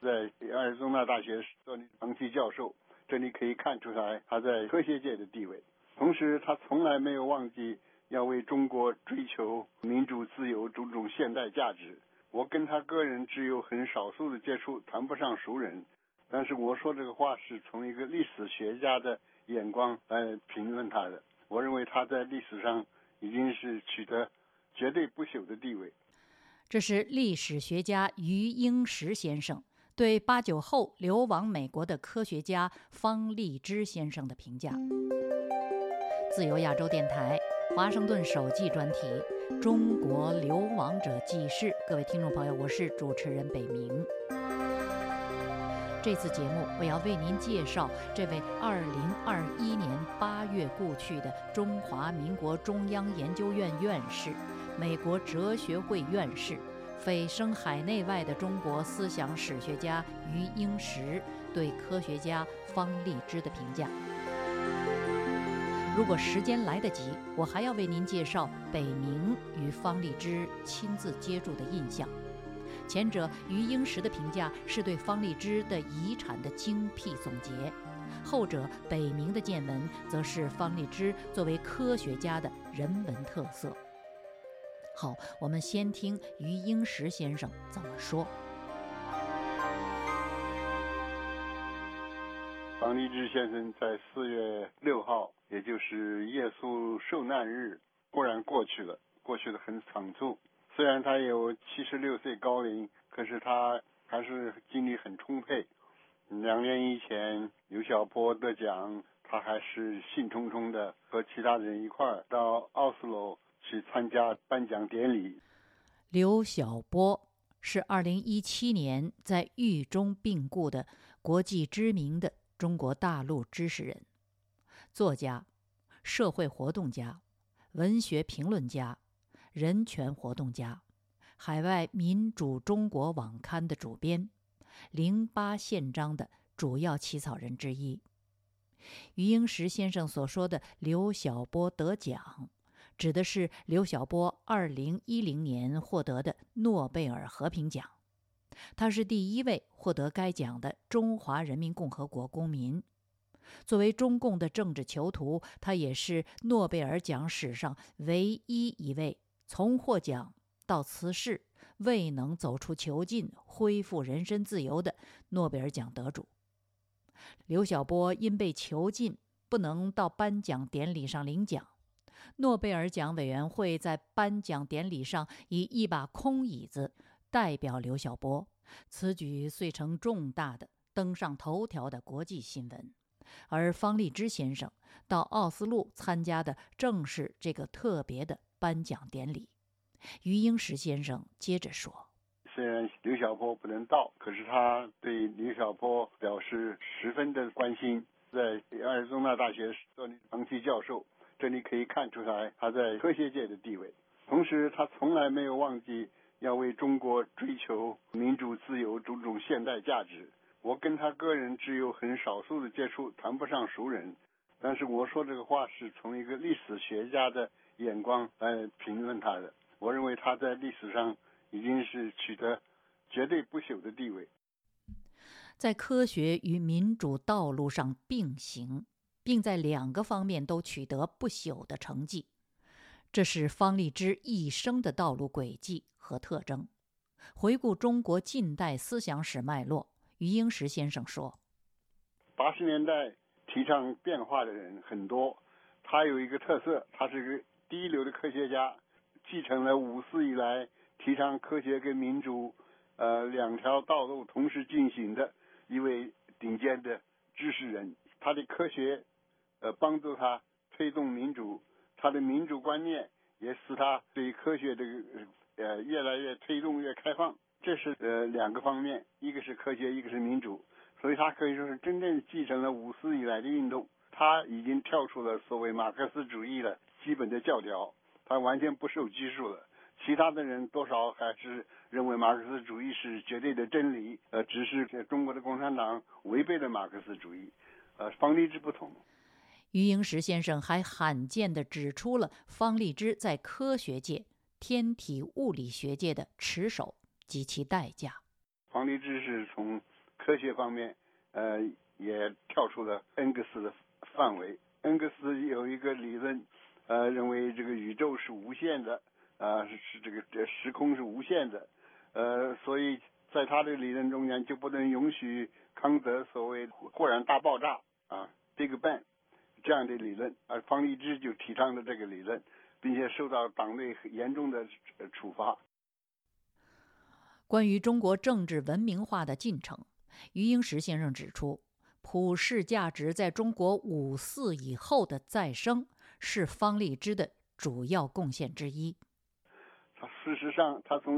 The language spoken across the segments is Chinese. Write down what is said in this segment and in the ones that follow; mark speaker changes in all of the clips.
Speaker 1: 在亚利桑那大学做长期教授，这里可以看出来他在科学界的地位。同时他从来没有忘记要为中国追求民主自由种种现代价值。我跟他个人只有很少数的接触，谈不上熟人，但是我说这个话是从一个历史学家的眼光来评论他的。我认为他在历史上已经是取得绝对不朽的地位。
Speaker 2: 这是历史学家余英时先生对89后流亡美国的科学家方励之先生的评价。自由亚洲电台华盛顿首季专题《中国流亡者记事》，各位听众朋友，我是主持人北明。这次节目我要为您介绍这位2021年8月故去的中华民国中央研究院院士、美国哲学会院士、蜚声海内外的中国思想史学家余英时对科学家方励之的评价。如果时间来得及，我还要为您介绍北明与方励之亲自接触的印象。前者余英时的评价是对方励之的遗产的精辟总结，后者北明的见闻则是方励之作为科学家的人文特色。好，我们先听余英时先生怎么说。
Speaker 1: 方励之先生在4月6号，也就是耶稣受难日，忽然过去了很仓促。虽然他有76岁高龄，可是他还是精力很充沛。2年以前刘晓波得奖，他还是兴冲冲的和其他人一块儿到奥斯陆去参加颁奖典礼。
Speaker 2: 刘晓波是2017年在狱中病故的国际知名的中国大陆知识人、作家、社会活动家、文学评论家、人权活动家，海外民主中国网刊的主编，08宪章的主要起草人之一。余英时先生所说的刘晓波得奖，指的是刘晓波2010年获得的诺贝尔和平奖。他是第一位获得该奖的中华人民共和国公民。作为中共的政治囚徒，他也是诺贝尔奖史上唯一一位从获奖到辞世未能走出囚禁、恢复人身自由的诺贝尔奖得主。刘晓波因被囚禁，不能到颁奖典礼上领奖。诺贝尔奖委员会在颁奖典礼上以一把空椅子代表刘晓波，此举遂成重大的登上头条的国际新闻。而方励之先生到奥斯陆参加的正是这个特别的颁奖典礼。余英时先生接着说，
Speaker 1: 虽然刘晓波不能到，可是他对刘晓波表示十分的关心。在亚利桑那大学做长期教授，这里可以看出来他在科学界的地位。同时他从来没有忘记要为中国追求民主自由种种现代价值。我跟他个人只有很少数的接触，谈不上熟人，但是我说这个话是从一个历史学家的眼光来评论他的。我认为他在历史上已经是取得绝对不朽的地位。
Speaker 2: 在科学与民主道路上并行，并在2个方面都取得不朽的成绩，这是方励之一生的道路轨迹和特征。回顾中国近代思想史脉络，余英时先生说
Speaker 1: ，80年代提倡变化的人很多，他有一个特色，他是个第一流的科学家，继承了50以来提倡科学跟民主2条道路同时进行的一位顶尖的知识人。他的科学帮助他推动民主，他的民主观念也使他对科学这个越来越推动越开放。这是2个方面，一个是科学，一个是民主，所以他可以说是真正继承了50以来的运动。他已经跳出了所谓马克思主义的基本的教条，他完全不受拘束了。其他的人多少还是认为马克思主义是绝对的真理，只是中国的共产党违背了马克思主义。方励之不同。
Speaker 2: 余英时先生还罕见地指出了方励之在科学界、天体物理学界的持守及其代价。
Speaker 1: 方励之是从科学方面也跳出了恩格斯的范围。恩格斯有一个理论认为这个宇宙是无限的，是这个时空是无限的，所以在他的理论中间就不能允许康德所谓忽然大爆炸Big Bang 这样的理论，而方励之就提倡了这个理论，并且受到党内严重的处罚。
Speaker 2: 关于中国政治文明化的进程，余英时先生指出，普世价值在中国5·4以后的再生是方励之的主要贡献之一。
Speaker 1: 事实上，他从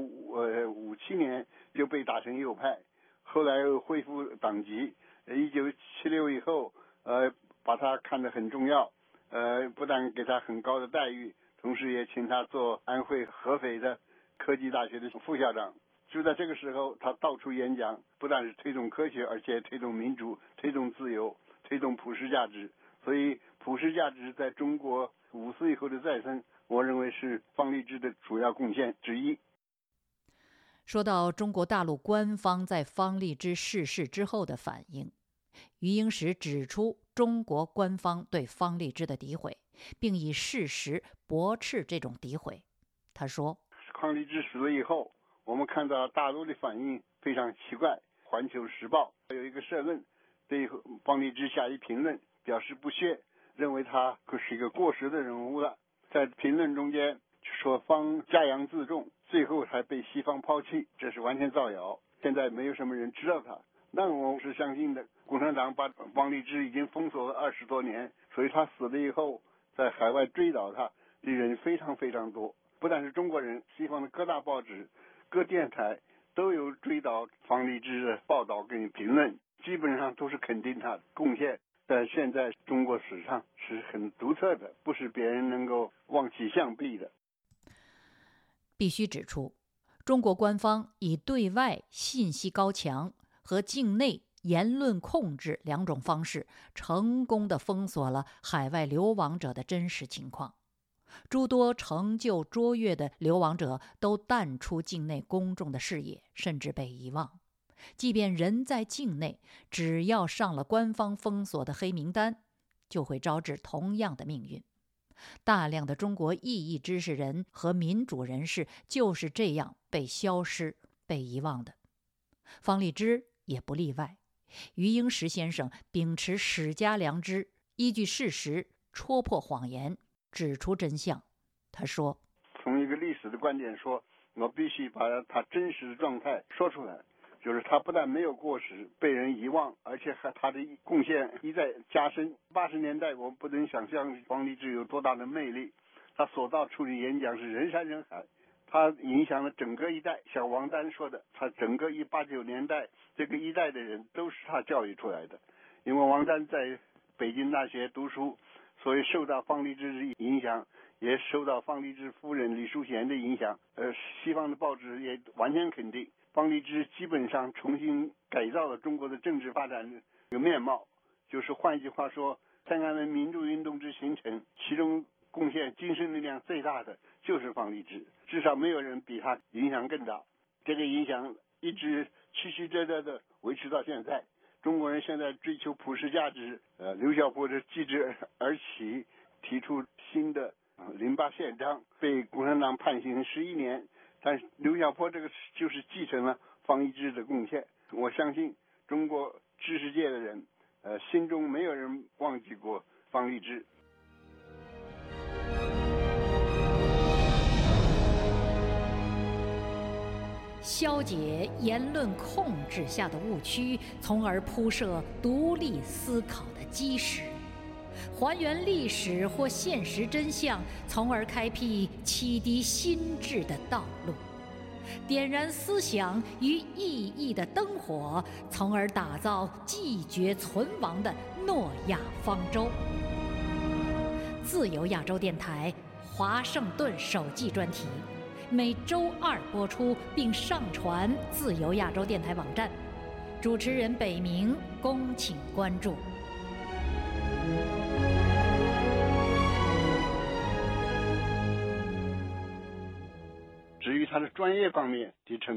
Speaker 1: 1957年就被打成右派，后来又恢复党籍。1976以后，把他看得很重要，不但给他很高的待遇，同时也请他做安徽合肥的科技大学的副校长。就在这个时候，他到处演讲，不但是推动科学，而且推动民主、推动自由、推动普世价值。所以，普世价值在中国5·4以后的再生，我认为是方励之的主要贡献之一。
Speaker 2: 说到中国大陆官方在方励之逝世之后的反应，余英时指出中国官方对方励之的诋毁，并以事实驳斥这种诋毁。他说，
Speaker 1: 方励之死了以后，我们看到大陆的反应非常奇怪。环球时报有一个社论对方励之下以评论，表示不屑，认为他是一个过时的人物了。在评论中间说方嘉洋自重，最后还被西方抛弃，这是完全造谣。现在没有什么人知道他。那我是相信的，共产党把方励之已经封锁了20多年，所以他死了以后，在海外追悼他的人非常非常多。不但是中国人，西方的各大报纸、各电台都有追悼方励之的报道跟评论，基本上都是肯定他的贡献。但现在中国史上是很独特的，不是别人能够望其项背的。
Speaker 2: 必须指出，中国官方以对外信息高墙和境内言论控制2种方式，成功地封锁了海外流亡者的真实情况。诸多成就卓越的流亡者都淡出境内公众的视野，甚至被遗忘。即便人在境内，只要上了官方封锁的黑名单，就会招致同样的命运。大量的中国异议知识人和民主人士就是这样被消失、被遗忘的。方励之也不例外。余英时先生秉持史家良知，依据事实戳破谎言，指出真相。他说，
Speaker 1: 从一个历史的观点说，我必须把他真实的状态说出来，就是他不但没有过时被人遗忘，而且还他的贡献一再加深。80年代我们不能想象方励之有多大的魅力，他所到处的演讲是人山人海，他影响了整个一代。像王丹说的，他整个189年代这个一代的人都是他教育出来的。因为王丹在北京大学读书，所以受到方励之的影响，也受到方励之夫人李淑贤的影响。西方的报纸也完全肯定方励之基本上重新改造了中国的政治发展的一个面貌。就是换句话说，天安门民主运动之形成，其中贡献精神力量最大的就是方励之，至少没有人比他影响更大。这个影响一直曲曲折折的维持到现在。中国人现在追求普世价值，刘晓波的继之而起，提出新的08宪章，被共产党判刑11年。但是刘晓波这个就是继承了方励之的贡献。我相信中国知识界的人，心中没有人忘记过方励之。
Speaker 2: 消解言论控制下的误区，从而铺设独立思考的基石，还原历史或现实真相，从而开辟启迪心智的道路，点燃思想与意义的灯火，从而打造继绝存亡的诺亚方舟。自由亚洲电台华盛顿首季专题，每周2播出，并上传自由亚洲电台网站。主持人北明，恭请关注。
Speaker 1: 至于他的专业方面的成就，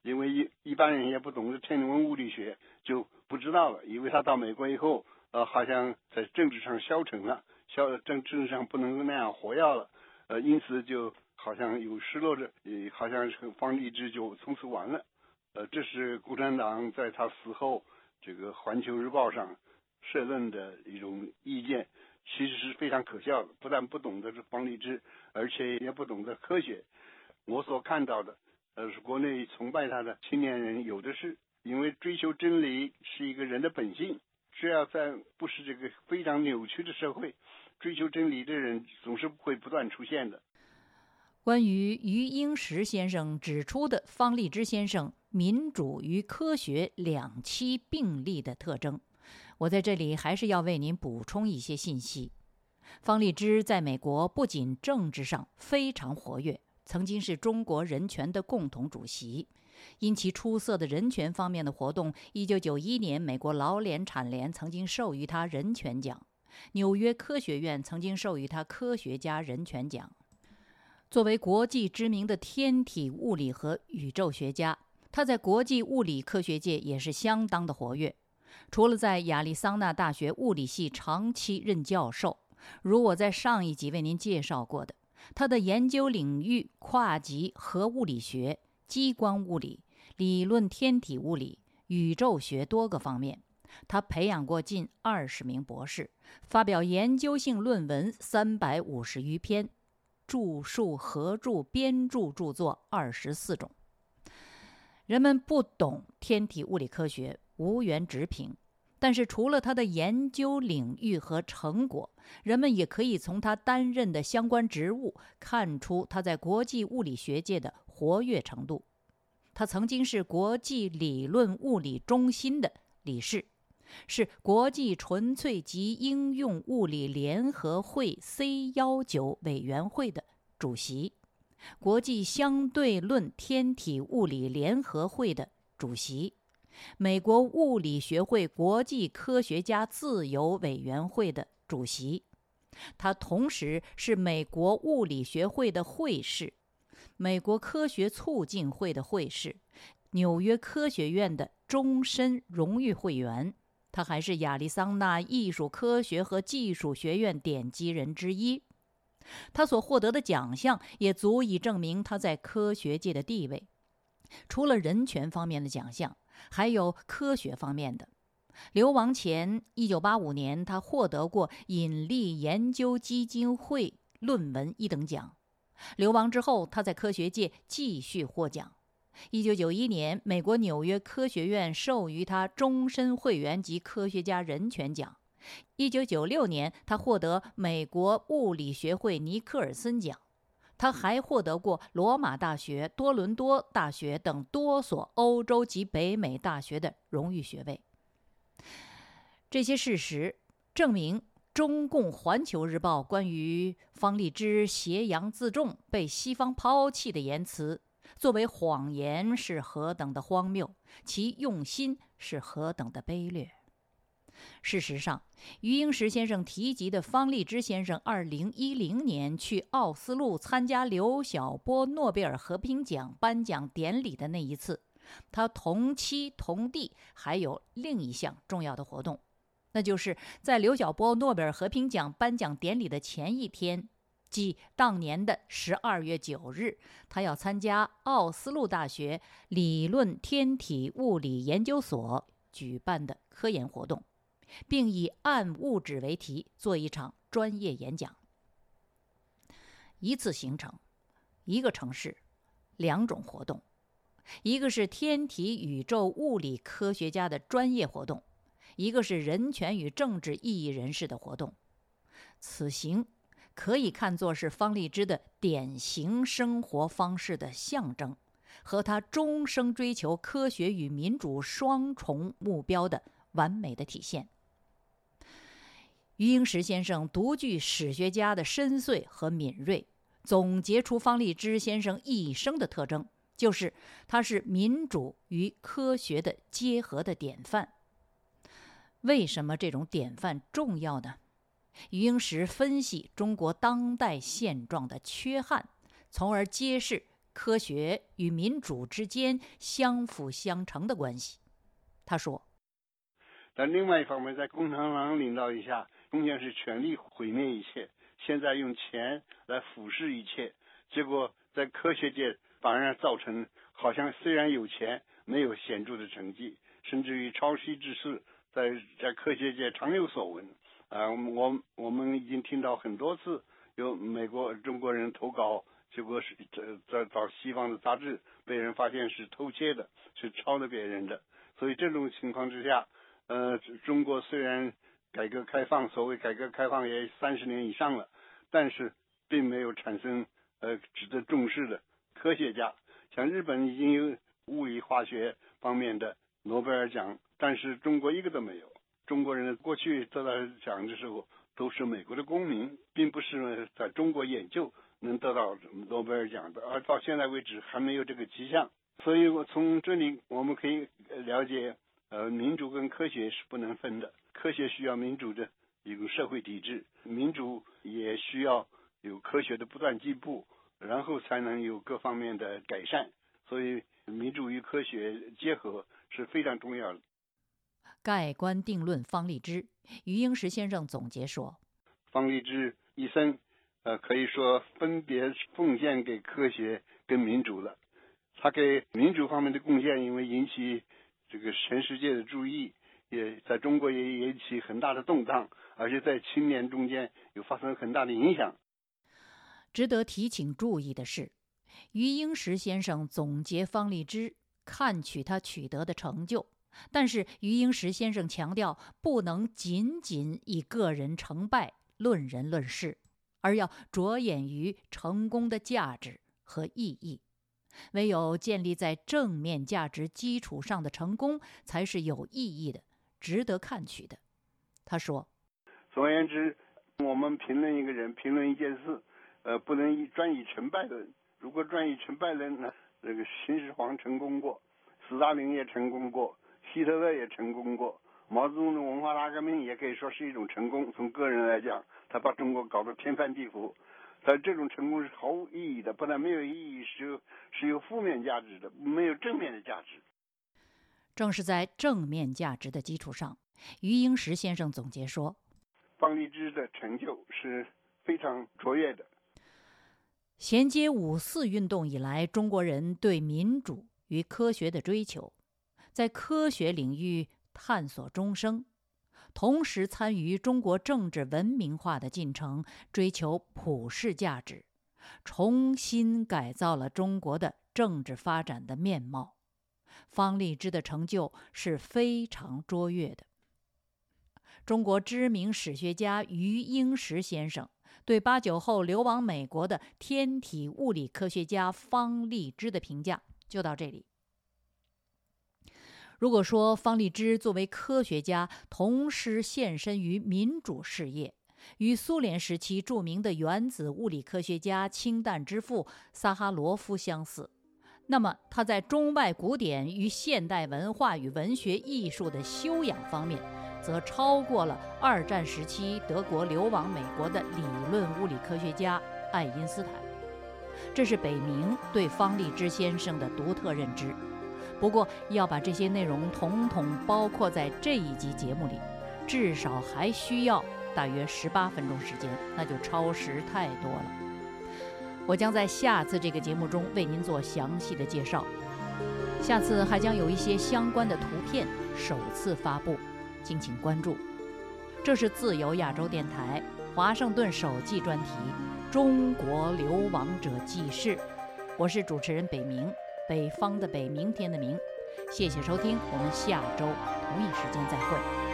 Speaker 1: 因为一般人也不懂得天文物理学，就不知道了，因为他到美国以后，好像在政治上消沉了，政治上不能那样活跃了，因此就好像有失落着，好像是方励之就从此完了。这是共产党在他死后这个《环球日报》上社论的一种意见，其实是非常可笑的。不但不懂得是方励之，而且也不懂得科学。我所看到的，是国内崇拜他的青年人有的是，因为追求真理是一个人的本性。只要在不是这个非常扭曲的社会，追求真理的人总是会不断出现的。
Speaker 2: 关于余英时先生指出的方励之先生民主与科学两栖并立的特征，我在这里还是要为您补充一些信息。方励之在美国不仅政治上非常活跃，曾经是中国人权的共同主席。因其出色的人权方面的活动，1991年美国劳联产联曾经授予他人权奖，纽约科学院曾经授予他科学家人权奖。作为国际知名的天体物理和宇宙学家，他在国际物理科学界也是相当的活跃。除了在亚利桑那大学物理系长期任教授，如我在上一集为您介绍过的，他的研究领域跨及核物理学、激光物理、理论天体物理、宇宙学多个方面。他培养过近20名博士，发表研究性论文350余篇，著述、合著、编著著作24种。人们不懂天体物理科学，无缘直评，但是除了他的研究领域和成果，人们也可以从他担任的相关职务看出他在国际物理学界的活跃程度。他曾经是国际理论物理中心的理事，是国际纯粹及应用物理联合会 C19 委员会的主席，国际相对论天体物理联合会的主席，美国物理学会国际科学家自由委员会的主席。他同时是美国物理学会的会士，美国科学促进会的会士，纽约科学院的终身荣誉会员。他还是亚利桑那艺术科学和技术学院典籍人之一。他所获得的奖项也足以证明他在科学界的地位。除了人权方面的奖项，还有科学方面的。流亡前1985年，他获得过引力研究基金会论文1等奖。流亡之后，他在科学界继续获奖。1991年，美国纽约科学院授予他终身会员及科学家人权奖。1996年，他获得美国物理学会尼克尔森奖。他还获得过罗马大学、多伦多大学等多所欧洲及北美大学的荣誉学位。这些事实证明，中共《环球日报》关于方励之挟洋自重、被西方抛弃的言辞，作为谎言是何等的荒谬，其用心是何等的卑劣。事实上，余英时先生提及的方励之先生2010年去奥斯陆参加刘晓波诺贝尔和平奖颁奖典礼的那一次，他同期同地还有另一项重要的活动，那就是在刘晓波诺贝尔和平奖颁奖典礼的前一天，即当年的12月9日，他要参加奥斯陆大学理论天体物理研究所举办的科研活动，并以暗物质为题做一场专业演讲。一次行程，一个城市，2种活动，一个是天体宇宙物理科学家的专业活动，一个是人权与政治异议人士的活动。此行可以看作是方励之的典型生活方式的象征，和他终生追求科学与民主双重目标的完美的体现。余英时先生独具史学家的深邃和敏锐，总结出方励之先生一生的特征，就是他是民主与科学的结合的典范。为什么这种典范重要呢？余英时分析中国当代现状的缺憾，从而揭示科学与民主之间相辅相成的关系。他说，
Speaker 1: 但另外一方面，在共产党领导以下，中间是权力毁灭一切，现在用钱来俯视一切，结果在科学界反而造成好像虽然有钱，没有显著的成绩，甚至于抄袭之事在科学界常有所闻。我们已经听到很多次有中国人投稿，结果是在找西方的杂志，被人发现是偷窃的，是抄了别人的。所以这种情况之下，中国虽然所谓改革开放也30年以上了，但是并没有产生值得重视的科学家。像日本已经有物理化学方面的诺贝尔奖，但是中国一个都没有。中国人过去得到奖的时候都是美国的公民，并不是在中国研究能得到诺贝尔奖的，而到现在为止还没有这个迹象。所以从这里我们可以了解，民主跟科学是不能分的。科学需要民主的一个社会体制，民主也需要有科学的不断进步，然后才能有各方面的改善。所以民主与科学结合是非常重要的。
Speaker 2: 盖棺定论方励之，余英时先生总结说，
Speaker 1: 方励之一生可以说分别奉献给科学跟民主了。他给民主方面的贡献，因为引起这个全世界的注意，也在中国也引起很大的动荡，而且在青年中间有发生很大的影响。
Speaker 2: 值得提请注意的是，余英时先生总结方励之，看取他取得的成就，但是余英时先生强调，不能仅仅以个人成败论人论事，而要着眼于成功的价值和意义。唯有建立在正面价值基础上的成功，才是有意义的，值得看取的。他说，
Speaker 1: 总而言之，我们评论一个人，评论一件事，不能专以成败论。如果专以成败论呢，这个秦始皇成功过，斯大林也成功过，希特勒也成功过，毛泽东的文化大革命也可以说是一种成功。从个人来讲，他把中国搞得天翻地覆，但这种成功是毫无意义的，不但没有意义，是有负面价值的，没有正面的价值。
Speaker 2: 正是在正面价值的基础上，余英时先生总结说，
Speaker 1: 方励之的成就是非常卓越的。
Speaker 2: 衔接5·4运动以来中国人对民主与科学的追求，在科学领域探索终生，同时参与中国政治文明化的进程，追求普世价值，重新改造了中国的政治发展的面貌。方励之的成就是非常卓越的。中国知名史学家余英时先生对89后流亡美国的天体物理科学家方励之的评价就到这里。如果说方励之作为科学家同时献身于民主事业，与苏联时期著名的原子物理科学家氢弹之父萨哈罗夫相似，那么他在中外古典与现代文化与文学艺术的修养方面，则超过了2战时期德国流亡美国的理论物理科学家爱因斯坦。这是北明对方励之先生的独特认知。不过，要把这些内容统统包括在这一集节目里，至少还需要大约18分钟时间，那就超时太多了。我将在下次这个节目中为您做详细的介绍。下次还将有一些相关的图片首次发布，敬请关注。这是自由亚洲电台华盛顿首季专题《中国流亡者记事》，我是主持人北明，北方的北，明天的明。谢谢收听，我们下周同一时间再会。